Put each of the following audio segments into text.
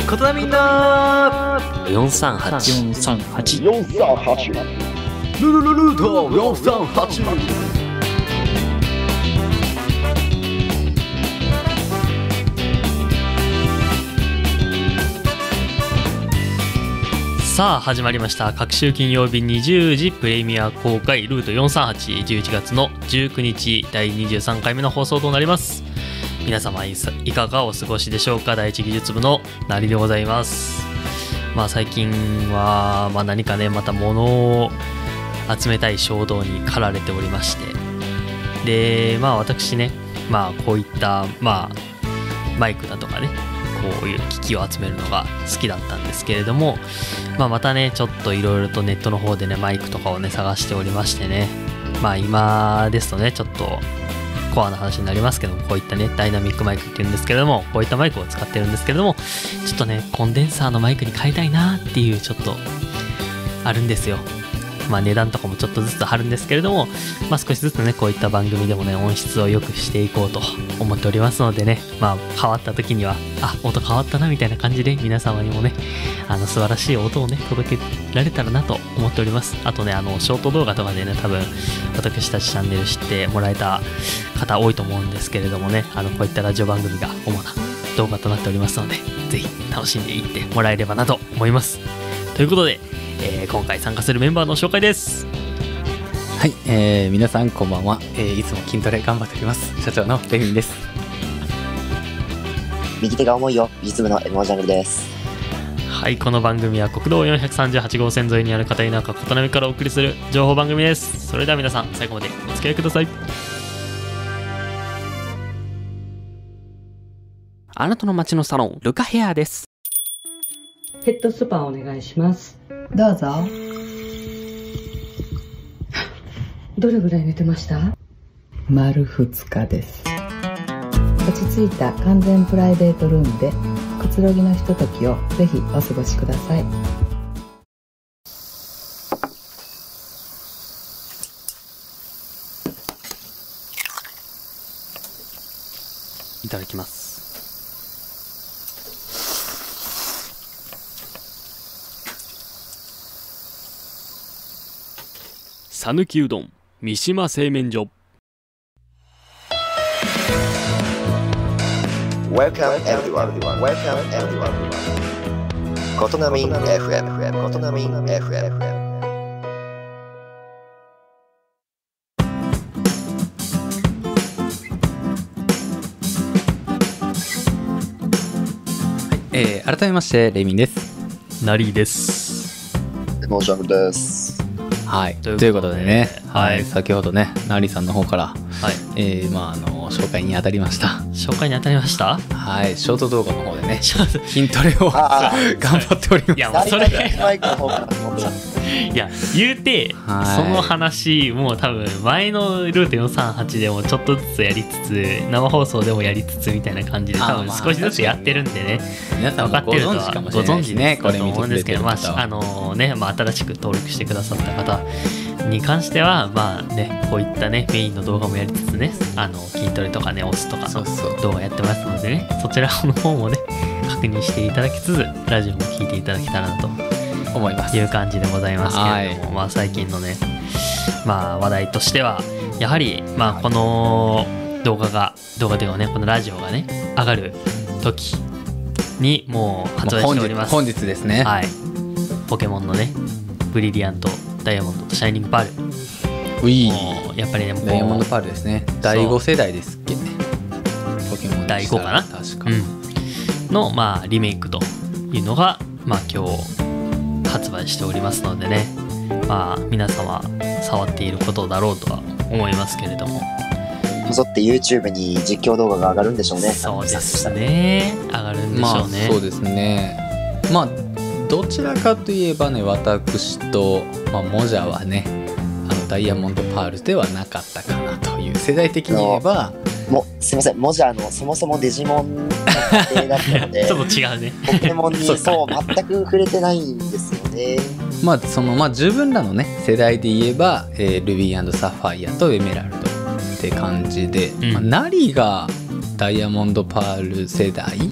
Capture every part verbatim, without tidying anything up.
ことなみんなよんさんはちよんさんはちよんさんはちルルルルートよんさんはち。さあ始まりました。各週金曜日にじゅうじプレミア公開ルートよんさんはち、じゅういちがつのじゅうくにちだいにじゅうさんかいめの放送となります。皆様いかがお過ごしでしょうか。第一技術部のなりでございます。まあ最近は、まあ、何かねまた物を集めたい衝動に駆られておりまして、でまあ私ねまあこういったまあマイクだとかねこういう機器を集めるのが好きだったんですけれども、まあ、またねちょっといろいろとネットの方でねマイクとかをね探しておりましてね、まあ今ですとねちょっとコアな話になりますけども、こういったねダイナミックマイクっていうんですけれども、こういったマイクを使ってるんですけれども、ちょっとねコンデンサーのマイクに変えたいなっていうちょっとあるんですよ。まあ値段とかもちょっとずつ張るんですけれども、まあ少しずつねこういった番組でもね音質を良くしていこうと思っておりますのでね、まあ変わった時にはあ音変わったなみたいな感じで皆様にもねあの素晴らしい音をね届けられたらなと思っております。あとねあのショート動画とかでね多分私たちチャンネル知ってもらえた方多いと思うんですけれどもね、あのこういったラジオ番組が主な動画となっておりますので、ぜひ楽しんでいってもらえればなと思います。ということでえー、今回参加するメンバーの紹介です。 はい、えー、皆さんこんばんは、えー、いつも筋トレ頑張っております社長のレミンです。 右手が重いよ技術部のエモジャングルです。 はい、この番組は国道よんひゃくさんじゅうはちごう線沿いにある片田舎琴波からお送りする情報番組です。それでは皆さん最後までお付き合いください。 あなたの街のサロンルカヘアです。 ヘッドスパお願いします。 どうぞ。 どれぐらい寝てました？ 丸ふつかです。落ち着いた完全プライベートルームでくつろぎのひとときをぜひお過ごしください。 いただきます。さぬきうどん三島製麺所。 Welcome everyone. Welcome everyone. ことなみん エフエム ことなみん エフエム。 えー、改めましてレミンです。 なりです。 エモジャングルです。 はい、とということでね、 はいはい、先ほどねナリさんの方から、 はいえー、まああの紹介に当たりました。 紹介に当たりました。 はい、ショート動画の方でねちょっと筋トレをあ頑張っております。 いやもうそれマイクの方から持ってた。 いや言うて、 はいその話もう多分前のルートよんさんはちでもちょっとずつやりつつ生放送でもやりつつみたいな感じで多分あまあ少しずつやってるんでね、 皆さんもご分かってると存知かもしれはご存知ないですね。 だとこれ見てく思うんですけど、 れてる方は。 まああのね、まあ、新しく登録してくださった方に関してはまあねこういったねメインの動画もやりつつねあの筋トレとかね押すとかのそうそう動画やってますのでね、そちらの方もね確認していただきつつラジオも聞いていただけたらなと思います。 いう感じでございますけれども、 はいまあ最近のねまあ話題としてはやはりまあこの動画が動画ではねこのラジオがね上がる時にもう発売しております。 本日、本日ですね。 はい、ポケモンのねブリリアントダイヤモンドとシャイニングパール、 ウィーもうやっぱりねもうダイヤモンドパールですね。だいご世代ですっけね。ポケモンだいごかな確か、 うん、のまあリメイクというのがまあ今日発売しておりますのでね、まあ皆様触っていることだろうとは思いますけれども、 こぞって YouTube に実況動画が上がるんでしょうね。 そうですね、上がるんでしまあょうね。 そうですね。まあどちらかといえばね私と、まあ、モジャはねあのダイヤモンドパールではなかったかなという世代的に言えばもすいません、モジャのそもそもデジモンの家庭だったのでちょっと違うねポケモンにそそうう全く触れてないんですよね。 まあそのまあ自分らのね世代で言えば、えー、ルビー&サファイアとエメラルドって感じで、 うんまあ、ナリがダイヤモンドパール世代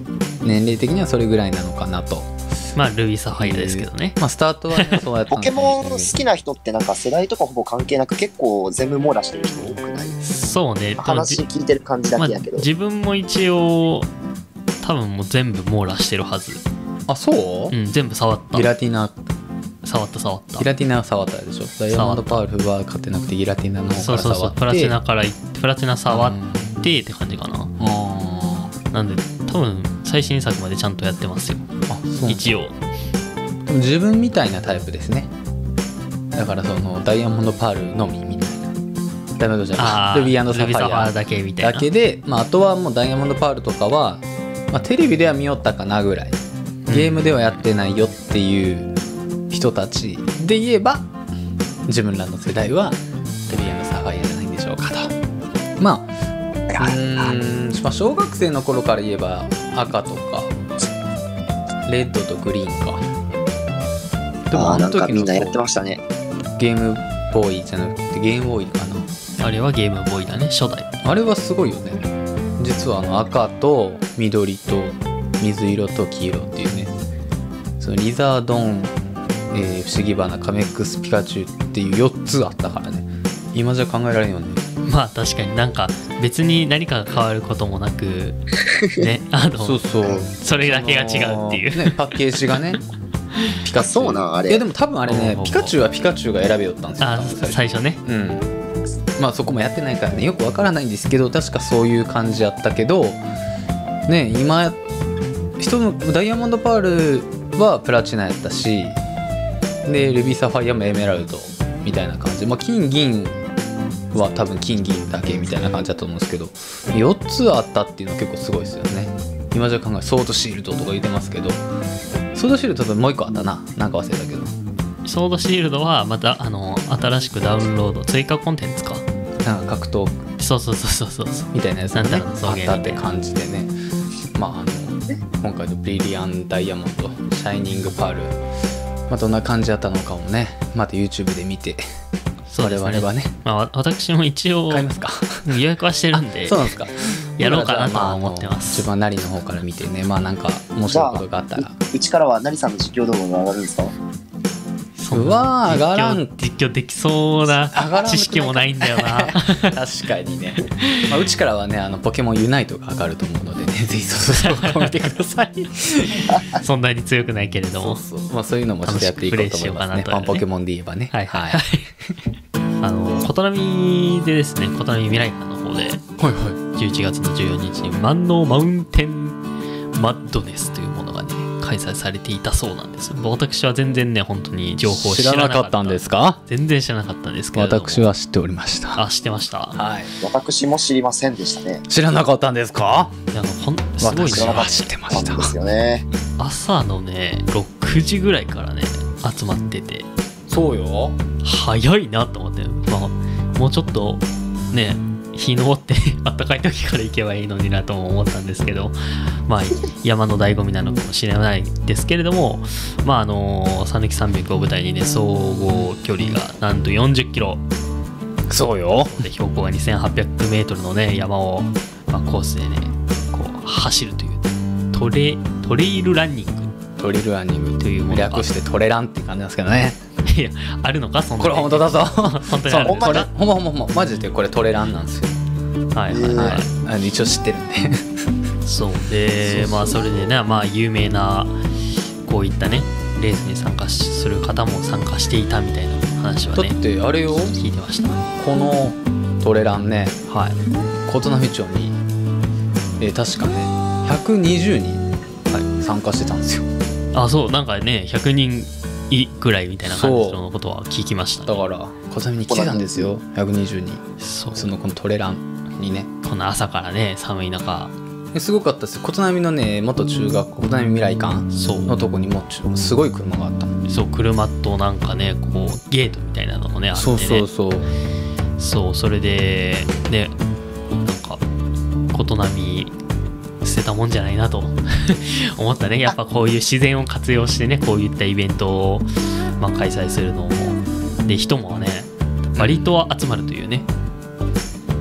年齢的にはそれぐらいなのかなと。 まあルビーサファイアですけどね、 まあスタートは、ね、そうやったポケモン好きな人ってなんか世代とかほぼ関係なく結構全部網羅してる人多くない？ そうね、 話聞いてる感じだけやけど、 まあ、自分も一応多分もう全部網羅してるはず。 あ、そう、 うん、全部触った。 ギラティナ触った触ったギラティナは触ったでしょ。ダイヤモンドパールは買ってなくてギラティナの方から触って、 そうそうそう、プラチナからプラチナ触ってって感じかな。 あなんで多分最新作までちゃんとやってますよ。 あ、そう一応でも自分みたいなタイプですね。だからそのダイヤモンドパールのみみたいな。ダイヤモンドじゃない、ルビー&サファイアだけみたいなだけで、まあ、あとはもうダイヤモンドパールとかは、まあ、テレビでは見よったかなぐらい、ゲームではやってないよっていう人たちで言えば、自分らの世代はルビー&サファイアじゃないんでしょうかと。まあうーん、まあ、小学生の頃から言えば赤とかレッドとグリーンか。でもあーなんかあの時のみんなやってましたね。 ゲームボーイじゃなくてゲームボーイかな。 あれはゲームボーイだね、初代。 あれはすごいよね。実はあの赤と緑と水色と黄色っていうね、そのリザードン、えー不思議花、カメックス、ピカチュウっていうよっつあったからね。今じゃ考えられんよね。 まあ確かになんか別に何かが変わることもなくね、あのそうそう、 それだけが違うっていうそのね、パッケージがねピカチュウ。 そうなんあれ。 いやでも多分あれねうん、 ピカチュウはピカチュウが選べよったんですよ。 あ多分最初ね。 うん、まあそこもやってないからねよくわからないんですけど、確かそういう感じやったけどね。今人のダイヤモンドパールはプラチナやったし、でルビーサファイアもエメラルドみたいな感じ、まあ金銀は多分金銀だけみたいな感じだと思うんですけど、よっつあったっていうのは結構すごいですよね。今じゃ考えソードシールドとか言ってますけど、ソードシールドともう一個あったな、なんか忘れたけど、 ソードシールドはまたあの新しくダウンロード追加コンテンツか。 なんか格闘そうそうそうそうそうそう。 みたいなやつがねなんたらの草あ原みたいなったって感じでね。まああの今回のブリリアンダイヤモンド、シャイニングパール、まあ、どんな感じだったのかもね、また YouTube で見て、 そうですね我々はねまあわ私も一応買いますか。 予約はしてるんでそうなんですか。 やろうかなとはじゃあ思ってます。 自分なりの方から見てね、まあなんか面白いことがあったら。 うちからは成さんの実況動画が上がるんですか？ そんなうわー上がらん実況実況できそうな上がらん知識もないんだよな。 確かにね、まあ、うちからはねあのポケモンユナイトが上がると思うのでね、ぜひそうそうそう見てください。 そんなに強くないけれども。 そうそう、まあ、そういうのもちょっとやっていこうと思いますね。 楽しくプレイしようかなとファンポケモンで言えばね。 はいはいはい。あの琴波でですね、琴波未来館の方ではいはじゅういちがつのじゅうよっかに万能マウンテンマッドネスというものがね開催されていたそうなんです。私は全然ね本当に情報をい。知らなかったんですか？ 全然知らなかったんですけれども。 私は知っておりました。 あ、知ってました。 はい。 私も知りませんでしたね。 知らなかったんですか？ いやあのほんすごいね。 私は知ってました。 なんですよね。 朝のねろくじぐらいからね集まってて、 そうよ。 早いなと思って、まあ、もうちょっとね日のってあったかい時から行けばいいのになとも思ったんですけど、まあ山の醍醐味なのかもしれないですけれども、まああの讃岐山脈を舞台にね総合距離がなんとよんじゅっキロそうよ。 で標高がにせんはっぴゃくメートルのね山を、まあ、コースでねこう走るというトレトレイルランニングトリルランニングというものが略してトレランって感じなんですけどね。 いやあるのかそんなこれ本当だぞ。 本当にそうあるんですか？ これほんまほんまほんまマジでこれトレランなんですよ。 はいはいはい、 はい。あの一応知ってるんで。 そうでそうそうまあそれでねまあ有名なこういったねレースに参加する方も参加していたみたいな話はだねってあれよ、 聞いてました。 このトレランね、 はい琴波町に、えー確かねひゃくにじゅうにん、はい、参加してたんですよ。 あそうなんかねひゃくにんいぐらいみたいな感じのことは聞きました、ね、 だから琴波に来てたんですよひゃくにじゅうにん。 そうそのこのトレランにね。 この朝からね寒い中ですごかったですよ。琴波のね元中学校琴波未来館そうのとこにもうすごい車があったの。 そう車となんかねこうゲートみたいなのもねあってそうねそうそう。 そうそれでねなんか琴波捨てたもんじゃないなと思ったね。やっぱこういう自然を活用してねこういったイベントを、まあ、開催するのもで人もね割と集まるというね。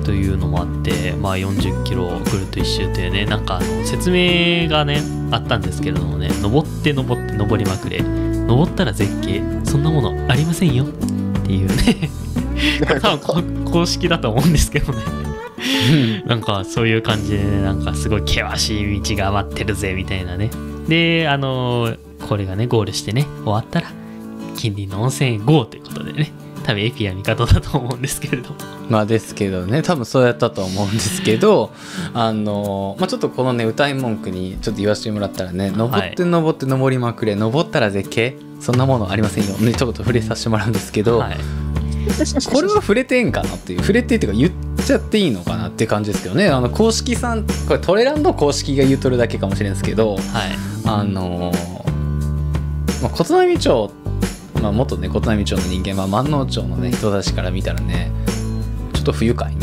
というのもあって、まあ、よんじゅっキロぐるっと一周というね、なんかあの説明がねあったんですけれどもね、登って登って登りまくれ、登ったら絶景、そんなものありませんよっていうね多分公式だと思うんですけどねなんかそういう感じでね、なんかすごい険しい道が待ってるぜみたいなね。で、あのー、これがねゴールしてね終わったら近隣の温泉へ ゴー ということでね、多分エピは味方だと思うんですけれども、 まあですけどね、多分そうやったと思うんですけどあの、まあ、ちょっとこのね歌い文句にちょっと言わせてもらったらね、登って登って登りまくれ、登ったら絶景、そんなものありませんよね、ちょっと触れさせてもらうんですけど、はい、これは触れてんかなっていう、触れてっていうか言っちゃっていいのかなっていう感じですけどね。あの公式さん、これトレランの公式が言うとるだけかもしれないですけど、はい、あの、まあ、琴波町、まあ、元ね琴波町の人間は万能町のね人たちから見たらねちょっと不愉快ね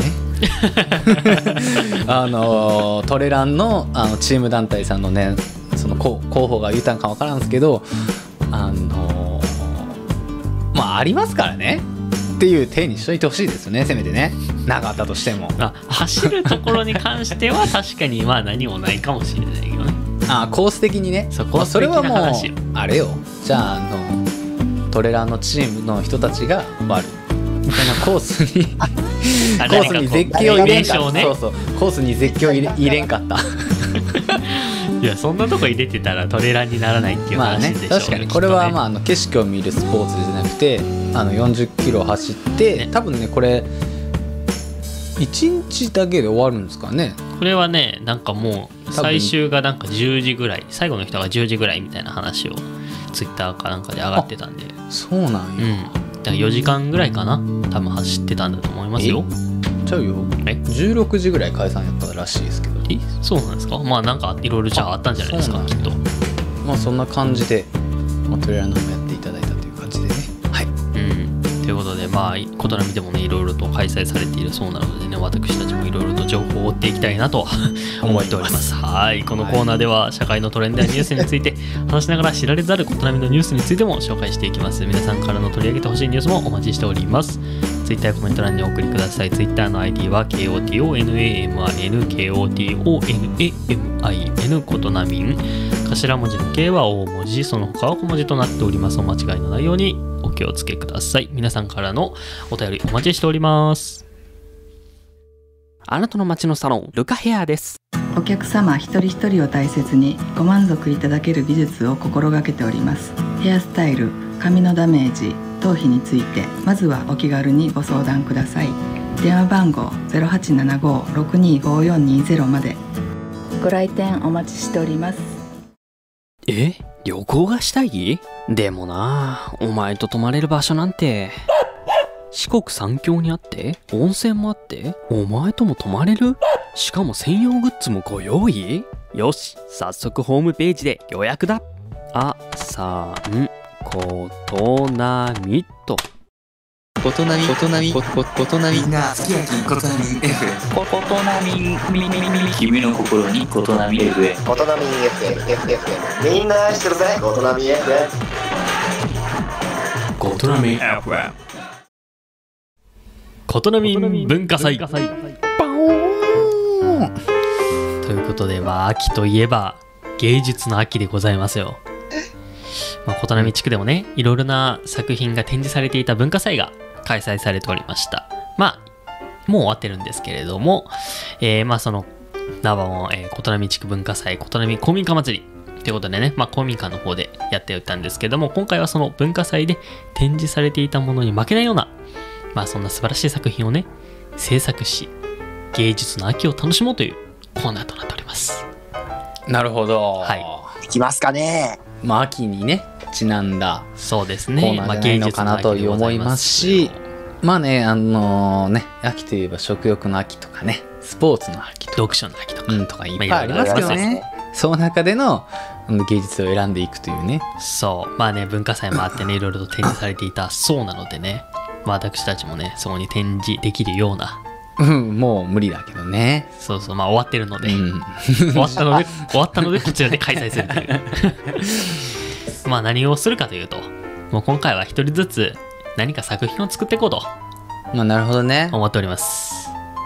あのトレラン の, あのチーム団体さんのねその候補が言うたんか分からんですけど、あのまあありますからねっていう体にしといてほしいですよね、せめてね、なかったとしても。あ、 走るところに関しては確かにまあ何もないかもしれないけどね。 あ、コース的にね、そこ、まあ、それはもうあれよ、じゃああのトレランのチームの人たちが悪いみたいなコースにコースに絶景を入れんかった、ね、そうそうコースに絶景を入れ、入れんかったいや、そんなとこ入れてたらトレランにならないっていう話でしょう、ね、 まあね、確かにこれは、まあ、あの景色を見るスポーツじゃなくて、あのよんじゅっキロ走って、ね、多分ねこれいちにちだけで終わるんですかね。 これはね、なんかもう最終がなんかじゅうじぐらい、最後の人がじゅうじぐらいみたいな話をツイッターかなんかで上がってたんで。 そうなんや、うん、 だからよじかんぐらいかな、多分走ってたんだと思いますよ。 えちゃうよ、えじゅうろくじぐらい解散やったらしいですけど。 えそうなんですか。まあなんかいろいろじゃああったんじゃないですか、きっと。 まあそんな感じで、まあ、トレーラーの方もやっていただいたという感じでね。はい、 うんということで、まあ琴波でもねいろいろと開催されているそうなのでね、私たちもいろいろと情報を追っていきたいなと思っております。はい、このコーナーでは社会のトレンドやニュースについて話しながら知られざる琴波のニュースについても紹介していきます。皆さんからの取り上げてほしいニュースもお待ちしております。ツイッターやコメント欄にお送りください。ツイッターの アイディー は ケーオーティーオーエヌエーエムアイエヌ ケーオーティーオーエヌエーエムアイエヌ ことなみん、頭文字の K は大文字、その他は小文字となっております。お間違いのないようにお気をつけください。皆さんからのお便りお待ちしております。 あなたの街のサロンルカヘアです。 お客様一人一人を大切にご満足いただける技術を心がけております。ヘアスタイル、髪のダメージ、頭皮についてまずはお気軽にご相談ください。電話番号 ゼロはちななご ろくにごよんにゼロ までご来店お待ちしております。 え、旅行がしたい？でもな、お前と泊まれる場所なんて四国三峡にあって温泉もあってお前とも泊まれる？しかも専用グッズもご用意？よし、早速ホームページで予約だ。あさんことなみとことなみことなみことなみみんな好きやきことなみ エフエムことなみみみみみ君の心にことなみ エフエムことなみ エフエム エフエム みんな愛してるぜことなみ エフエムことなみ エフエムことなみ文化祭。 バオーンということで、まあ秋といえば芸術の秋でございますよ。まあ、琴波地区でもね、いろいろな作品が展示されていた文化祭が開催されておりました。まあもう終わってるんですけれども、えー、まあその名場も、えー、琴波地区文化祭琴波公民館祭りということでね、まあ公民館の方でやっていたんですけども、今回はその文化祭で展示されていたものに負けないような、まあそんな素晴らしい作品をね制作し、芸術の秋を楽しもうというコーナーとなっております。 なるほど、 はい、 できますかね。 まあ秋にねちなんだそうですね、 コーナーじゃないのかなと思いますし、まあね、あのね、秋といえば食欲の秋とかね、スポーツの秋とか読書の秋とか、 うん、とかいっぱいありますけどね、その中での芸術を選んでいくというね。 そう、まあね、文化祭もあってね、いろいろと展示されていたそうなのでね、まあ私たちもねそこに展示できるような、 うん、もう無理だけどね。 そうそう、まあ終わってるので、 うん、 終わったので終わったのでこちらで開催するというまあ何をするかというと、もう今回は一人ずつ何か作品を作っていこうと、 まあなるほどね。 思っております。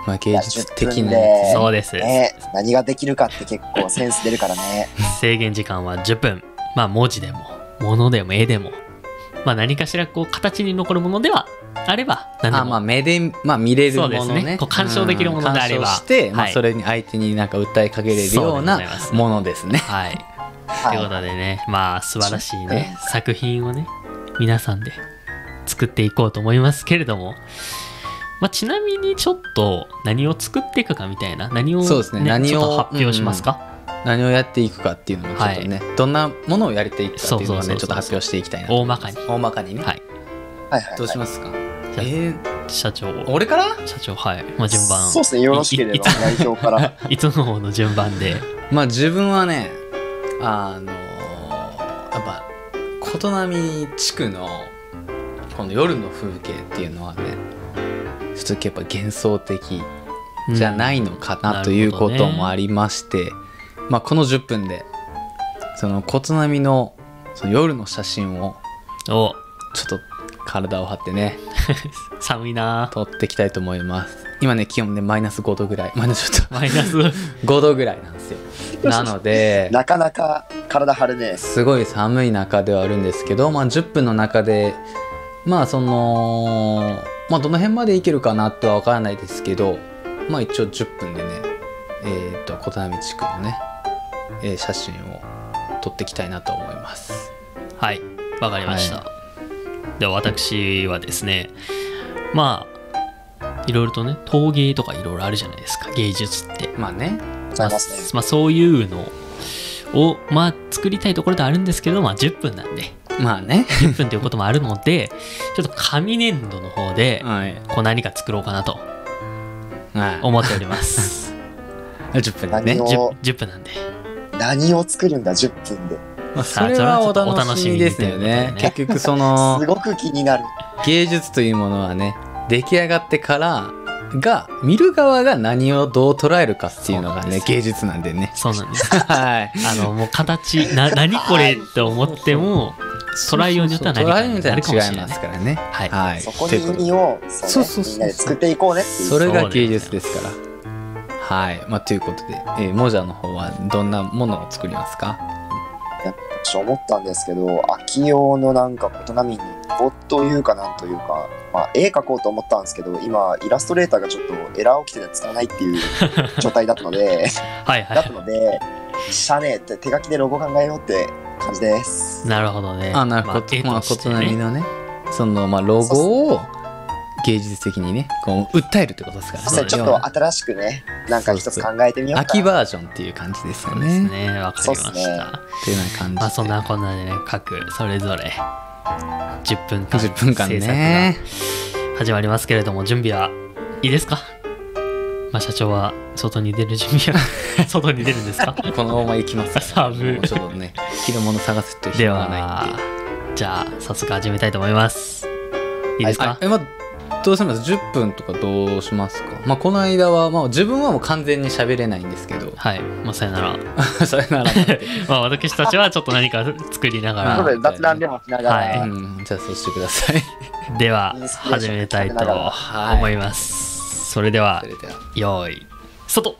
まあ、芸術的なじゃあじゅっぷんでそうです、 ね、何ができるかって結構センス出るからね。 制限時間はじゅっぷん。まあ文字でも物でも絵でも、まあ何かしらこう形に残るものではあれば何でも。 あ、まあ目で、まあ、見れるものね。 そうですねこう鑑賞できるものであればうん鑑賞して、まあ、 はいそれに相手になんか訴えかけれるようなそうでございますものですね。 はい。 はということでね、まあ素晴らしいね作品をね皆さんで作っていこうと思いますけれども、まあ、ちなみにちょっと何を作っていくかみたいな、何を、 そうですね何をちょっと発表しますか。 何をやっていくかっていうのもちょっとね、どんなものをやりていくかっていうのをそうそうそうそうねちょっと発表していきたいなと大思います。 まかに。 大まかにね。 はい。 はいはいはい。 どうしますか。 じゃあえー、 社長俺から？ 社長はい、まあ、順番そうですね、よろしければいいつ代表から。 いつの方の順番で。 まあ自分はね、あのやっぱ琴波地区のこの夜の風景っていうのはね、ちょっとやっぱ幻想的じゃないのかなということもありまして、まあこのじゅっぷんでその琴波のその夜の写真をおちょっと体を張ってね寒いな。 撮っていきたいと思います。今ね気温ねマイナスごどぐらい、マイナスちょっとマイナスごどぐらいなんですよ。なのでなかなか体張るね。 すごい寒い中ではあるんですけど、まあ、じゅっぷんの中でまあそのまあどの辺までいけるかなっては分からないですけど、まあ一応じゅっぷんでねえっと琴波地区のね、えー写真を撮っていきたいなと思います。 はいわかりました、 はでは私はですね、まあいろいろとね陶芸とかいろいろあるじゃないですか、芸術って。 まあねございますね。 まあ、そういうのをまあ作りたいところではあるんですけど、まあじゅっぷんなんでまあねじゅっぷんということもあるのでちょっと紙粘土の方ではいこう何か作ろうかなとはい思っておりますじゅっぷんでね何をじゅう じゅっぷんなんで、 何を作るんだ、じゅっぷんで。 まあ、それはお楽しみですよね。 さあそれはちょっとお楽しみにということでね結局そのすごく気になる。 芸術というものはね出来上がってからが見る側が何をどう捉えるかっていうのがね芸術なんでね。 そうなんですはい。 あのもう形な何これって思っても捉えようによっては何かになるかもしれない捉えようによっては違いますからね。 はい、 はい。 そこに意味をそうねみんなで作っていこうねっていう。 それが芸術ですから。はい。まあということで、えー、モジャの方はどんなものを作りますか？ 私思ったんですけど、秋用のなんか琴波にボッというかなんというか、まあ、絵描こうと思ったんですけど、今イラストレーターがちょっとエラー起きてて使えないっていう状態だったのではいはいだったのでシャネって手書きでロゴ考えようって感じです。 なるほどね。 あ、なるほど。まあ、 まあ、絵として琴波ねのね、そのまあロゴを芸術的にね、こう訴えるってことですからね。 そうですね、ちょっと新しくね、なんか一つ考えてみようかな。 秋バージョンっていう感じですよそうですね。 ね、わかりました。 そうっすねっていうような感じで。 まあそんなこんなでね、各それぞれじゅっぷんかんじゅっぷんかん制作ね。 が始まりますけれども、準備はいいですか？まあ社長は外に出る準備は外に出るんですか？ このまま行きますから。 寒いもうちょっとね、着るもの探すってで暇がないんはで。 じゃあ早速始めたいと思います。いいですか？ あえまあどうしますじゅっぷんとかどうしますか？まあこの間は、まあ、自分はもう完全に喋れないんですけどはい、まあさよなら。 それならってまあ私たちはちょっと何か作りながそうら、 で雑談でもしながら、 はいうん、じゃあそうしてください。 ではインスピレーション始めたいとはい思います。それではそれでは用意スタート。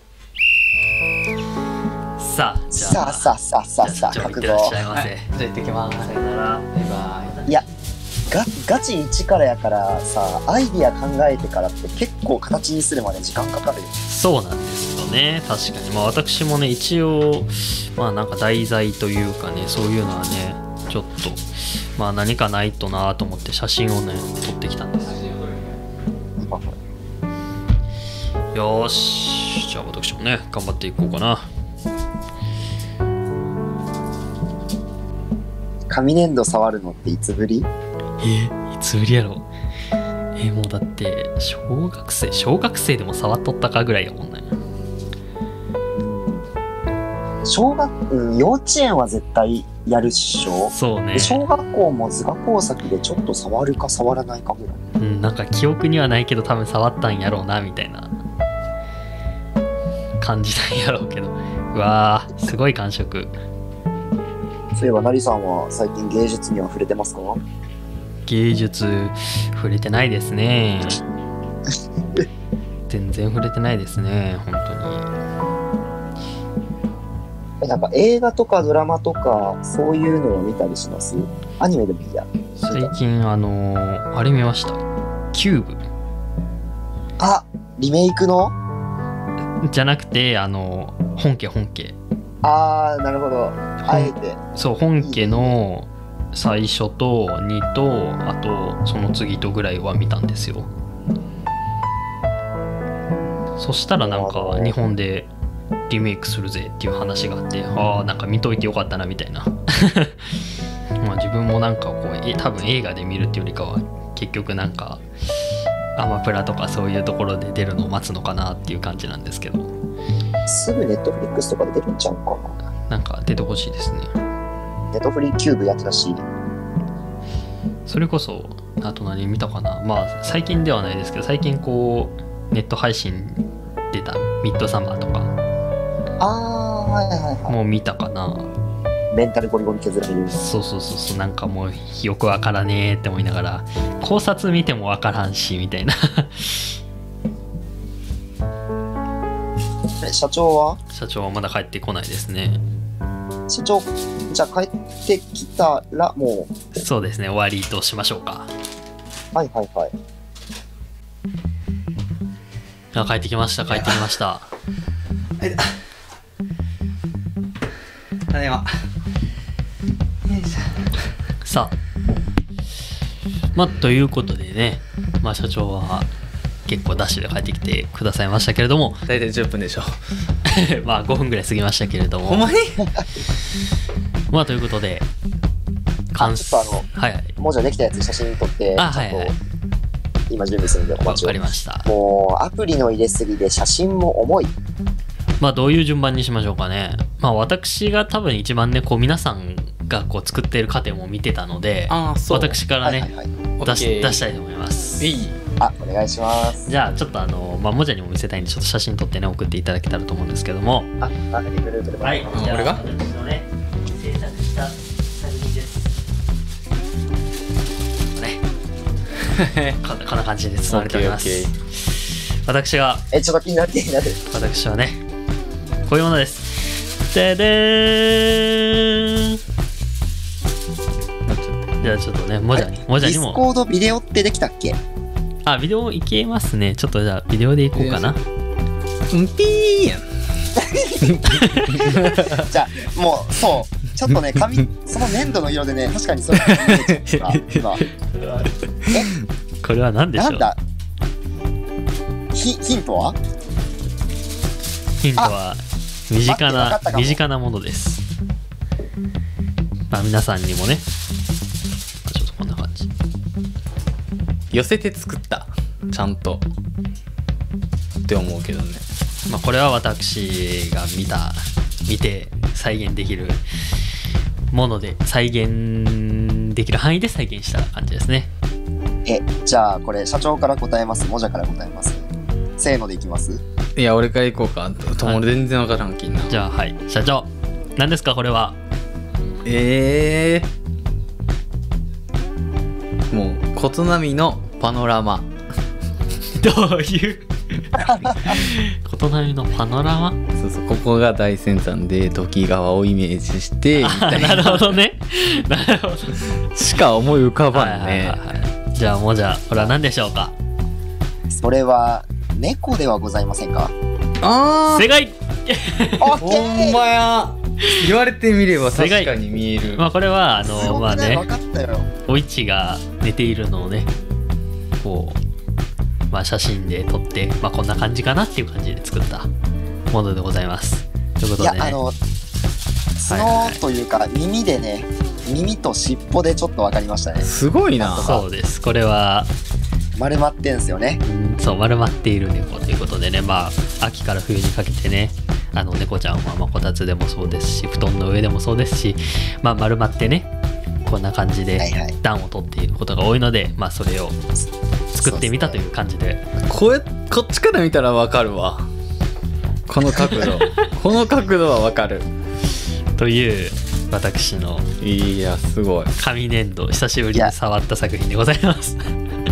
さあじゃあさあさあさあさあさあじゃあ書くぞいってらっし。ゃいませ。 じゃあ行ってきます。 さよなら。 バイバイ。 いやガガチ一からやからさ、アイディア考えてからって結構形にするまで時間かかるよ。 そうなんですよね。確かにまあ私もね一応まあなんか題材というかねそういうのはねちょっとまあ何かないとなと思って写真をね撮ってきたんです。よーし、じゃあ私もね頑張っていこうかな。 紙粘土触るのっていつぶり？ えいつぶりやろ。えもうだって小学生小学生でも触っとったかぐらいやもんね。 小学、うん、幼稚園は絶対やるっしょ。 そうねで。小学校も図画工作でちょっと触るか触らないかぐらい。 うん、なんか記憶にはないけど多分触ったんやろうなみたいな感じなんやろうけど、うわーすごい感触。 そういえばなりさんは最近芸術には触れてますか？ 芸術触れてないですね。 全然触れてないですね本当に。 なんか映画とかドラマとかそういうのを見たりします？アニメでもいいや。 最近あのー、あれ見ました。キューブ。 あ、リメイクの？ じゃなくてあの本家本家。 あー、なるほど。あえて。 そう本家の最初とにとあとその次とぐらいは見たんですよ。そしたらなんか日本でリメイクするぜっていう話があって、ああなんか見といてよかったなみたいな。まあ自分もなんかこうえ多分映画で見るっていうよりかは結局なんかアマプラとかそういうところで出るのを待つのかなっていう感じなんですけど、 すぐネットフリックスとかで出るんちゃうかな。 なんか出てほしいですね。 ネットフリキューブやってたし、 それこそあと何見たかな。まあ最近ではないですけど最近こうネット配信出たミッドサマーとか、 あー、はいはいはい。 もう見たかな。 メンタルゴリゴリ削られる。 そうそうそうそう、なんかもうよくわからねえって思いながら考察見てもわからんしみたいな。 え、社長は社長はまだ帰ってこないですね。 社長、じゃあ帰ってきたらもう。 そうですね、終わりとしましょうか。 はいはいはい。 あ、帰ってきました帰ってきました。 ただいま。 さあまあということでね、まあ社長は結構ダッシュで帰ってきてくださいましたけれども、 大体じゅっぷんでしょ。 まあごふんぐらい過ぎましたけれども、 ほんまにまあということであ、ちょっとあの、 はいはい、 もうじゃできたやつ写真撮ってちょっと、 あ、はいはい、 今準備するんでお待ちを。 わかりました。 もうアプリの入れすぎで写真も重い。 まあどういう順番にしましょうかね。まあ私が多分一番ねこう皆さんがこう作っている過程も見てたので、 あー、そう、 私からね、 はいはいはい、 出し、出したいと思います。 いい。 あ、お願いします。 じゃあちょっとあの、まあ、もじゃにも見せたいんでちょっと写真撮ってね送っていただけたらと思うんですけども、 あ、あ、リブルートでも。 はい、じゃあ俺が私のね制作した作品です。ねこんなこんな感じで包まれております。 オッケーオッケー。 私がえ、ちょっと気になって気になってる。 私はねこういうものです。ででーん。じゃあちょっとねもじゃにもじゃにもディスコードビデオってできたっけ？ あ、ビデオいけますね。ちょっとじゃあビデオでいこうかな。 うんぴーやん。 じゃあもうそうちょっとね紙その粘土の色でね確かにそういうイメージが今。え、 これは何でしょう。 なんだ。ヒヒントは？ ヒントは身近わかなったかも身近なものです。まあ皆さんにもね、まあちょっとこんな感じ。 寄せて作ったちゃんとって思うけどね。 まあこれは私が見た見て再現できるもので再現できる範囲で再現した感じですね。 え、じゃあこれ社長から答えます。もじゃから答えます。せーのでいきます。 いや俺から行こうか。とも俺全然わからんきんな。 じゃあはい社長何ですかこれは。 えー、もう琴波のパノラマ。 どういう琴波のパノラマ。 そうそう、ここが大先端で時川をイメージしてみたいな。 なるほどねなるほどしか思い浮かばんね、 はいはいはいはい。じゃあもうじゃあこれは何でしょうか。 それは猫ではございませんか？ あ正解オッケほんー。 まや。言われてみれば確かに見える。 まあこれはあすのまあごくない？ ね分かったよ。 お市が寝ているのをねこうまあ写真で撮ってまあこんな感じかなっていう感じで作ったものでございます。ということでね。 いやあの角というか耳でね、耳と尻尾でちょっと分かりましたね。 すごいな。 そうです。これは丸まってんすよね。 うんそう丸まっている猫ということでね、まあ秋から冬にかけてねあの猫ちゃんはまあこたつでもそうですし布団の上でもそうですし、まあ丸まってねこんな感じで暖を取っていることが多いので、はいはい、まあそれを作ってみたという感じで。 こうこっちから見たらわかるわ。この角度この角度はわかるという私のいやすごい紙粘土久しぶりに触った作品でございます。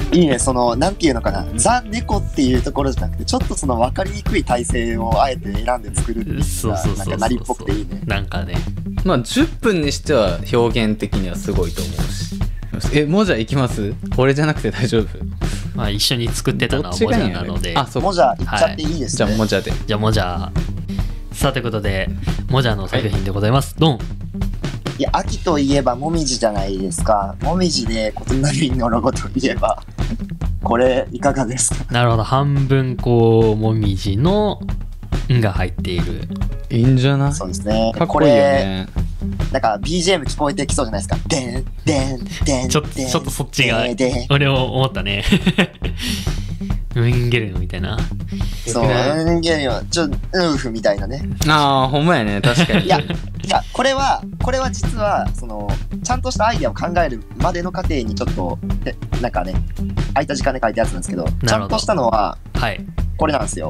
いいね、そのなんていうのかな、ザ猫っていうところじゃなくて、ちょっとその分かりにくい体勢をあえて選んで作るっていうそうそうそうそうなんかなりっぽくていいね。 なんかね、 まあじゅっぷんにしては表現的にはすごいと思うし。え、もじゃいきます？俺じゃなくて大丈夫？ まあ一緒に作ってたのはもじゃなので、 あ、そうもじゃいっちゃっていいですね。 じゃあもじゃで。 じゃあもじゃさあということでもじゃの作品でございます、はい、ドン。 いや、秋といえばもみじじゃないですか。もみじで異なりのロゴといえばこれいかがですか？ なるほど、半分こうもみじの「ん」が入っている。 いいんじゃない？ そうですね。 かっこいいよね。 なんか ビージーエム 聞こえてきそうじゃないですか。でんでんでん。 ちょっとちょっとそっちが俺も思ったね。ウンゲルノみたいな。 そう、ウンゲルノ、ちょっとウーフみたいなね。 ああ、ほんまやね、確かに。 いや、いや、これは、これは実は、その、ちゃんとしたアイデアを考えるまでの過程にちょっと、でなんかね、空いた時間で書いたやつなんですけど、ちゃんとしたのは、 はい、 これなんですよ。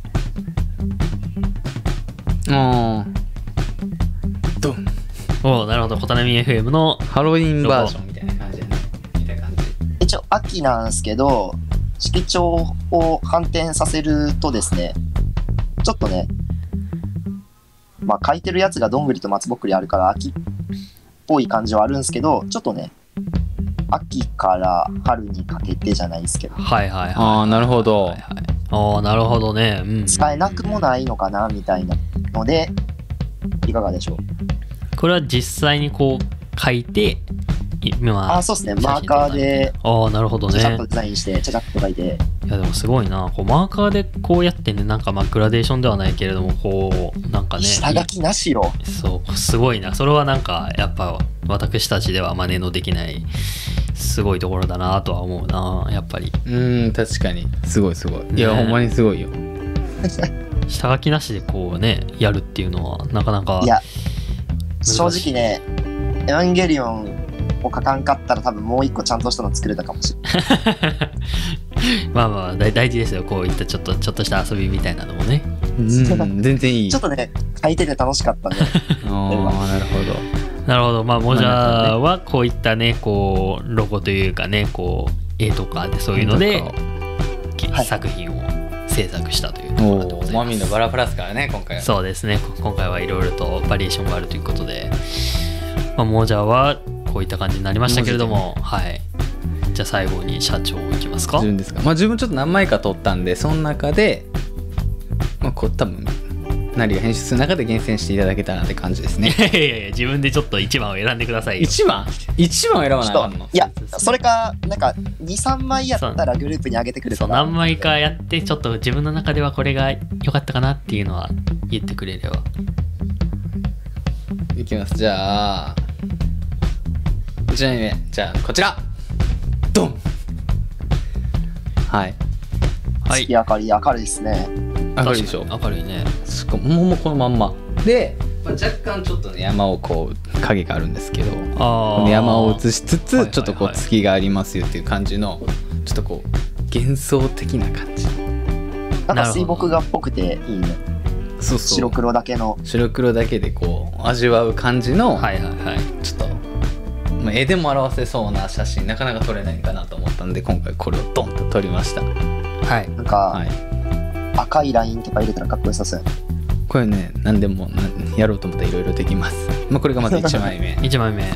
ああ。ドン。 おお、なるほど、コタナミ エフエム のハロウィンバージョンみたいな感じでね。みたいな感じ。 一応、秋なんですけど、色調を反転させるとですね、ちょっとね、まあ書いてるやつがどんぐりと松ぼっくりあるから秋っぽい感じはあるんですけど、ちょっとね、秋から春にかけてじゃないですけど、 はいはいはい、 ああ、なるほど、はいはい、 ああ、なるほどね、うんうん、 使えなくもないのかなみたいなので、いかがでしょう？ これは実際にこう書いて、 ああ、そうですね、マーカーで、 ああ、なるほどね、 ちゃちゃっとデザインして、ちゃちゃっと書いて。 いやでもすごいな、こうマーカーでこうやってね、なんかまあグラデーションではないけれども、こうなんかね、 下書きなしよ。 そうすごいな、それはなんかやっぱ私たちでは真似のできないすごいところだなとは思うな、やっぱり。 うん、確かにすごいすごい、ね、いやほんまにすごいよ。 下書きなしでこうねやるっていうのはなかなか、 いや正直ね、エヴァンゲリオンを書かんかったら多分もう一個ちゃんとしたの作れたかもしれない。 まあまあ大事ですよ、こういったちょっとちょっとした遊びみたいなのもね。 うん、全然いい。 ちょっとね書いてて楽しかったね。 ああ、なるほど。 なるほど。まあモジャはこういったね、こうロゴというかね、こう絵とかでそういうので作品を制作したというところでございます。 まあみんなバラバラですからね、今回は。 そうですね、今回はいろいろとバリエーションがあるということで、まあ、モジャはこういった感じになりましたけれども、はい。じゃあ最後に社長いきますか。 自分ですか。まあ自分ちょっと何枚か撮ったんで、その中で、まあこう多分なりが編集する中で厳選していただけたらなって感じですね。 いやいやいや、自分でちょっといちばんを選んでくださいよ。 いちばん ?いち 番を選ばないの？ いや、それかなんかに、さんまいやったらグループに上げてくれたら。 そう、何枚かやってちょっと自分の中ではこれが良かったかなっていうのは言ってくれれば。 いきます。じゃあいちまいめ、じゃあこちらドン。はいはい、 月明かり明るいですね。 明るいでしょ。 明るいね。 しかももうこのまんまで、まあ、若干ちょっとね山をこう影があるんですけど、 あこの山を映しつつ、 はいはいはい、 ちょっとこう月がありますよっていう感じのちょっとこう幻想的な感じ。 なんか水墨画っぽくていいね。 そうそう、 白黒だけの白黒だけでこう味わう感じの、 はいはいはい、 ちょっと、まあ、絵でも表せそうな写真なかなか撮れないかなと思ったんで、今回これをドンと撮りました。 はい。 なんか、 はい、 赤いラインとか入れたらかっこよさそうやね。 これね、何でもやろうと思ったらいろいろできます。まあ、これがまずいちまいめ。 いちまいめ。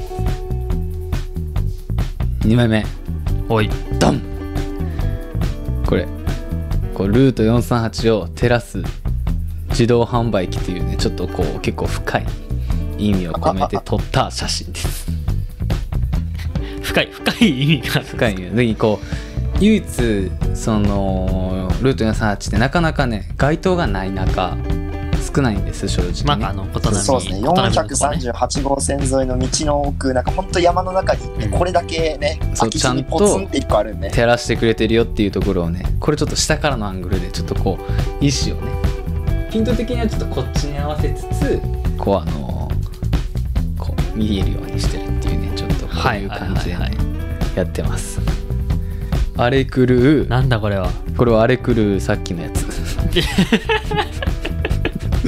にまいめ。 おい。 ドン。これ、こうルートよんさんはちを照らす自動販売機というね、ちょっとこう結構深い意味を込めて撮った写真です。 深い深い意味が深い意味で、こう唯一そのルートよんさんはちってなかなかね街灯がない中少ないんです正直、ね。 まああの琴波、 そうですね。よんひゃくさんじゅうはちごう線沿いの道の奥、なんか本当山の中に行ってこれだけね、 うん、 空き地にポツンっていっこあるんで、 照らしてくれてるよっていうところをね、これちょっと下からのアングルでちょっとこう石をねピント的にはちょっとこっちに合わせつつ、こうあのこう見えるようにしてるっていうね、ちょっとこういう感じでね、はいはいはいはい、やってます。あれくる、 なんだこれは。 これはあれくるさっきのやつ。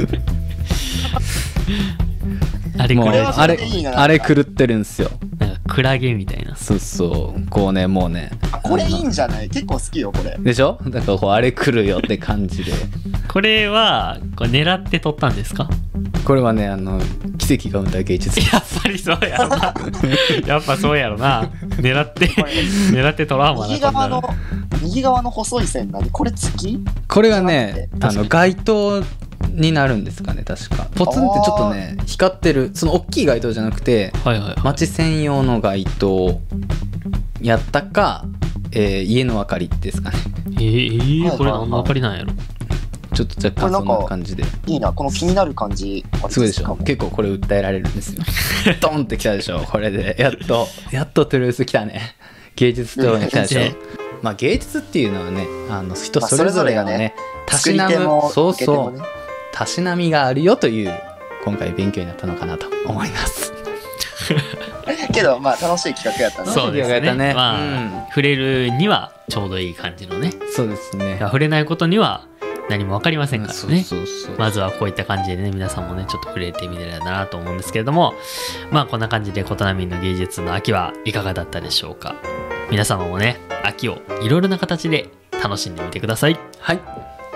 あれくる、 あれあれ狂ってるんすよ。 なんかクラゲみたいな。 そうそうこうねもうねあこれいいんじゃない？結構好きよこれ。 でしょ。だからこうあれ来るよって感じでこれはこれ狙って撮ったんですか？ これはねあの奇跡が生んだ芸術。 やっぱりそうやろなやっぱそうやろな。狙って狙って撮らんわな。 右側の右側の細い線なんでこれ月？ これがねあの街灯になるんですかね確か。ポツンってちょっとね光ってるその大きい街灯じゃなくて、 はいはいはい、 街専用の街灯やったか、えー、家の明かりですかね。 えー、えー、これ何の明かりなんやろ。 ちょっと若干そんな感じでいいなこの気になる感じ。 すごいでしょ。結構これ訴えられるんですよドンってきたでしょ。これでやっとやっとトゥルース来たね。芸術上に来たでしょまあ芸術っていうのはねあの人それぞれがねたしなむそうそうたしなみがあるよという今回勉強になったのかなと思いますけどまあ楽しい企画やったね。 そうですね、 ねまあ、 うん、 触れるにはちょうどいい感じのね。 そうですね。 触れないことには何も分かりませんからね、うん、 そうそうそう。 まずはこういった感じでね皆さんもねちょっと触れてみれたらなと思うんですけれども、まあこんな感じでことなみんの芸術の秋はいかがだったでしょうか。皆様もね秋をいろいろな形で楽しんでみてください。 はい。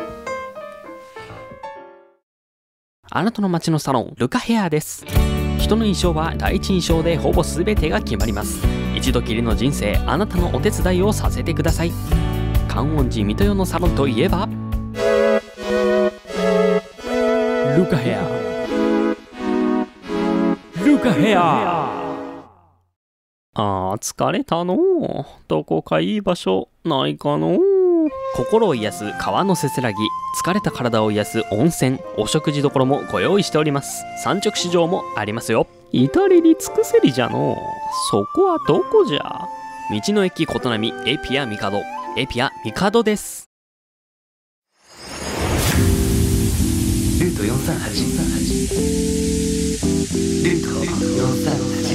あなたの街のサロンルカヘアです。人の印象は第一印象でほぼ全てが決まります。一度きりの人生、あなたのお手伝いをさせてください。観音寺水戸代のサロンといえばルカヘアルカヘア。あー疲れたの。どこかいい場所ないかの。心を癒す川のせせらぎ、疲れた体を癒す温泉、お食事処もご用意しております。産直市場もありますよ。至れり尽くせりじゃの。そこはどこじゃ。道の駅ことなみエピアミカド、エピアミカドです。 ルートよんさんはちルートよんさんはち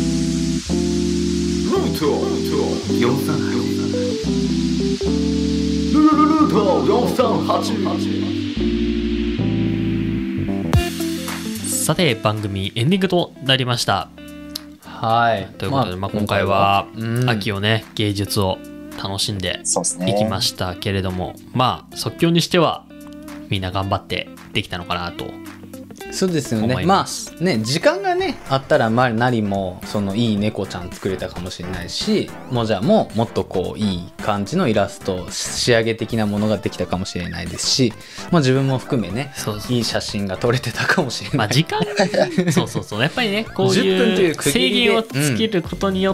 ルートよんさんはちルートよんさんはち。さて番組エンディングとなりました。 はいということで、まあ、今回は秋をね芸術を楽しんでいきましたけれども、まあ即興にしてはみんな頑張ってできたのかなと。 そうですよね。まあね時間がねあったらまあなりもそのいい猫ちゃん作れたかもしれないし、もじゃももっとこういい感じのイラスト仕上げ的なものができたかもしれないですし、まあ自分も含めねそうそういい写真が撮れてたかもしれない。 まあ時間そうそうそうやっぱりねこういう制限をつけることによって、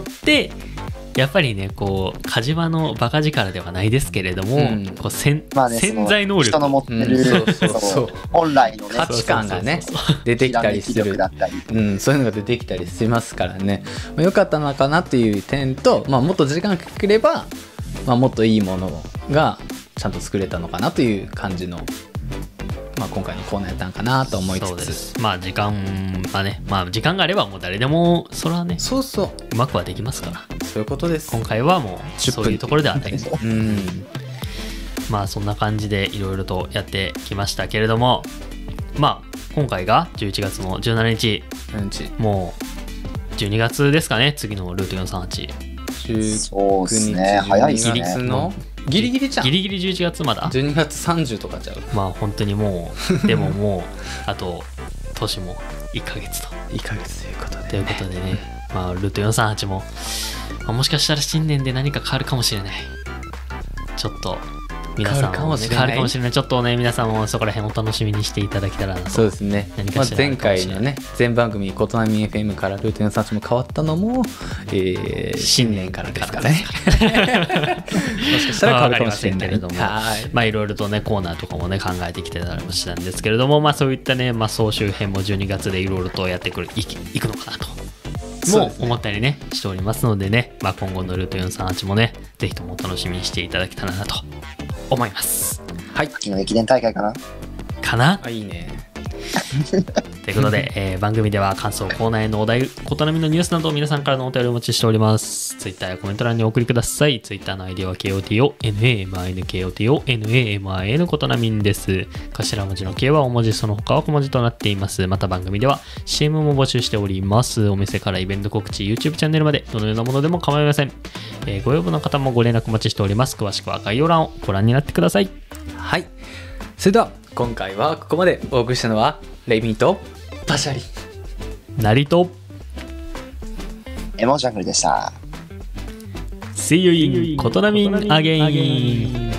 うん、やっぱりねこう火事場のバカ力ではないですけれども、うん、こう潜、まあね、潜在能力人の持ってる、うん、そうそうそう本来のね価値観がね出てきたりする、うん、そういうのが出てきたりしますからね、まあ、よかったのかなっていう点と、まあ、もっと時間かければ、まあ、もっといいものがちゃんと作れたのかなという感じの、まあ、今回のコーナーやったんかなと思いつつ、 そうです。まあ時間はね、まあ時間があればもう誰でもそれはね、 そうそううまくはできますから。 そういうことです。 今回はもうそういうところではない。 うん。 まあそんな感じでいろいろとやってきましたけれども、まあ今回がじゅういちがつのじゅうしちにち、もうじゅうにがつですかね。次のルートよんさんはち。 そうですね。早いですね。 のギリギリじゃん。 ギリギリじゅういちがつまだじゅうにがつさんじゅうとかちゃう。 まあ本当にもうでももうあと年もいっかげつといっかげつということで、ね、 ということでね、まあルートよんさんはちも、まあ、もしかしたら新年で何か変わるかもしれない。ちょっと皆さんも、ね、変わるかもしれない。ちょっとね皆さんもそこら辺お楽しみにしていただけたらなと。 そうですね。まあ、前回のね全番組ことなみ エフエム からルートよんさんはちも変わったのも、えー、新年からですかね。もしかしたら変わるかもしれないけれども、はいまあいろいろとねコーナーとかもね考えてきてたりもしたんですけれども、まあそういったね、まあ、総集編もじゅうにがつでいろいろとやってくるいいくのかなともう思ったりねしておりますのでね、まあ、今後のルートよんさんはちもねぜひともお楽しみにしていただけたらなと思います。 はい、秋の駅伝大会かなかな。 あいいねということで、えー番組では感想、コーナーへのお題、ことなみのニュースなど皆さんからのお便りをお待ちしております。ツイッターやコメント欄にお送りください。ツイッターの アイディー は ケーオーティーオーエヌエーエムアイエヌ ケーオーティーオーエヌエーエムアイエヌ ことなみんです。頭文字の K は大文字、その他は小文字となっています。また番組では シーエム も募集しております。お店からイベント告知、YouTube チャンネルまでどのようなものでも構いません。えーご要望の方もご連絡お待ちしております。詳しくは概要欄をご覧になってください。 はい。それでは今回はここまでお送りしたのはレイミーとパシャリなりとエモジャングルでした。 See you in ことなみん again